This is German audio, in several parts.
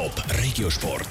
Top Regiosport.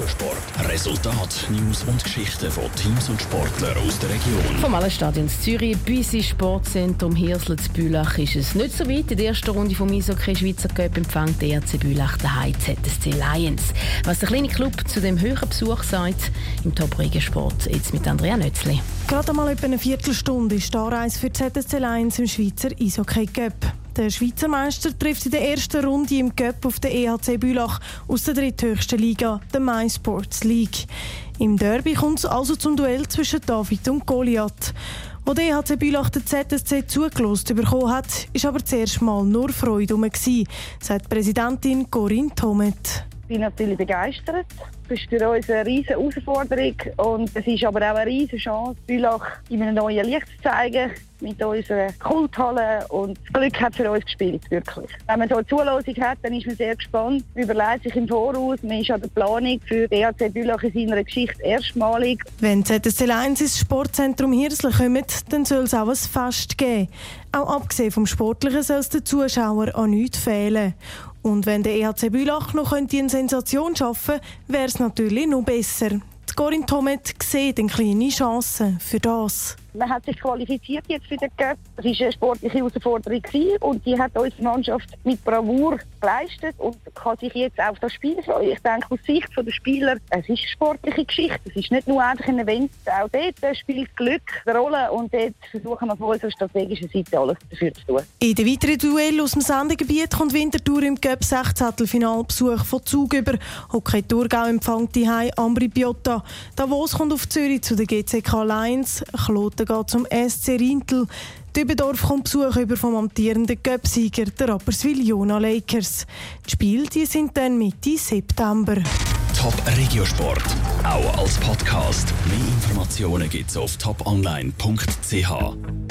Resultat, News und Geschichten von Teams und Sportlern aus der Region. Vom Hallenstadion in Zürich bis ins Sportzentrum Hirsel zu Bülach ist es nicht so weit. In der ersten Runde vom Eishockey Schweizer Cup empfängt der ERC Bülach daheim ZSC Lions. Was der kleine Club zu dem höheren Besuch sagt, im Top Regiosport jetzt mit Andrea Nötzli. Gerade einmal etwa eine Viertelstunde ist die Anreise für ZSC Lions im Schweizer Eishockey Cup. Der Schweizer Meister trifft in der ersten Runde im Cup auf den EHC Bülach aus der dritthöchsten Liga, der MySports League. Im Derby kommt es also zum Duell zwischen David und Goliath. Wo der EHC Bülach den ZSC zugelost bekommen hat, ist aber zuerst mal nur Freude herum, sagt Präsidentin Corinne Thomet. Ich bin natürlich begeistert. Das ist für uns eine riesige Herausforderung und es ist aber auch eine riesige Chance, Bülach in einem neuen Licht zu zeigen, mit unserer Kulthalle, und das Glück hat für uns gespielt, wirklich. Wenn man so eine Zulosung hat, dann ist man sehr gespannt. Man überlegt sich im Voraus, man ist an der Planung für den EHC Bülach in seiner Geschichte erstmalig. Wenn ZSC Lions ins Sportzentrum Hirsel kommt, dann soll es auch ein Fest geben. Auch abgesehen vom Sportlichen soll es den Zuschauern an nichts fehlen. Und wenn der EHC Bülach noch eine Sensation schaffen könnte, wäre es natürlich noch besser. Die Corinne Thomet sieht eine kleine Chance für das. Man hat sich qualifiziert jetzt für den Cup. Das war eine sportliche Herausforderung und die hat unsere Mannschaft mit Bravour geleistet und kann sich jetzt auf das Spiel freuen. Ich denke, aus Sicht der Spieler, es ist eine sportliche Geschichte. Es ist nicht nur einfach ein Event. Auch dort spielt Glück eine Rolle und dort versuchen wir von unserer strategischen Seite alles dafür zu tun. In den weiteren Duell aus dem Sendegebiet kommt Winterthur im Cup 16. Besuch von Zug über. Hockey Thurgau empfängt die Ambri Piotta. Davos kommt auf Zürich zu den GCK Lions. Kloten geht zum SC Rintel. Dübendorf kommt Besuch über vom amtierenden Cup-Sieger, der Rapperswil Jona Lakers. Die Spiele sind dann Mitte September. Top Regiosport, auch als Podcast. Mehr Informationen gibt's auf toponline.ch.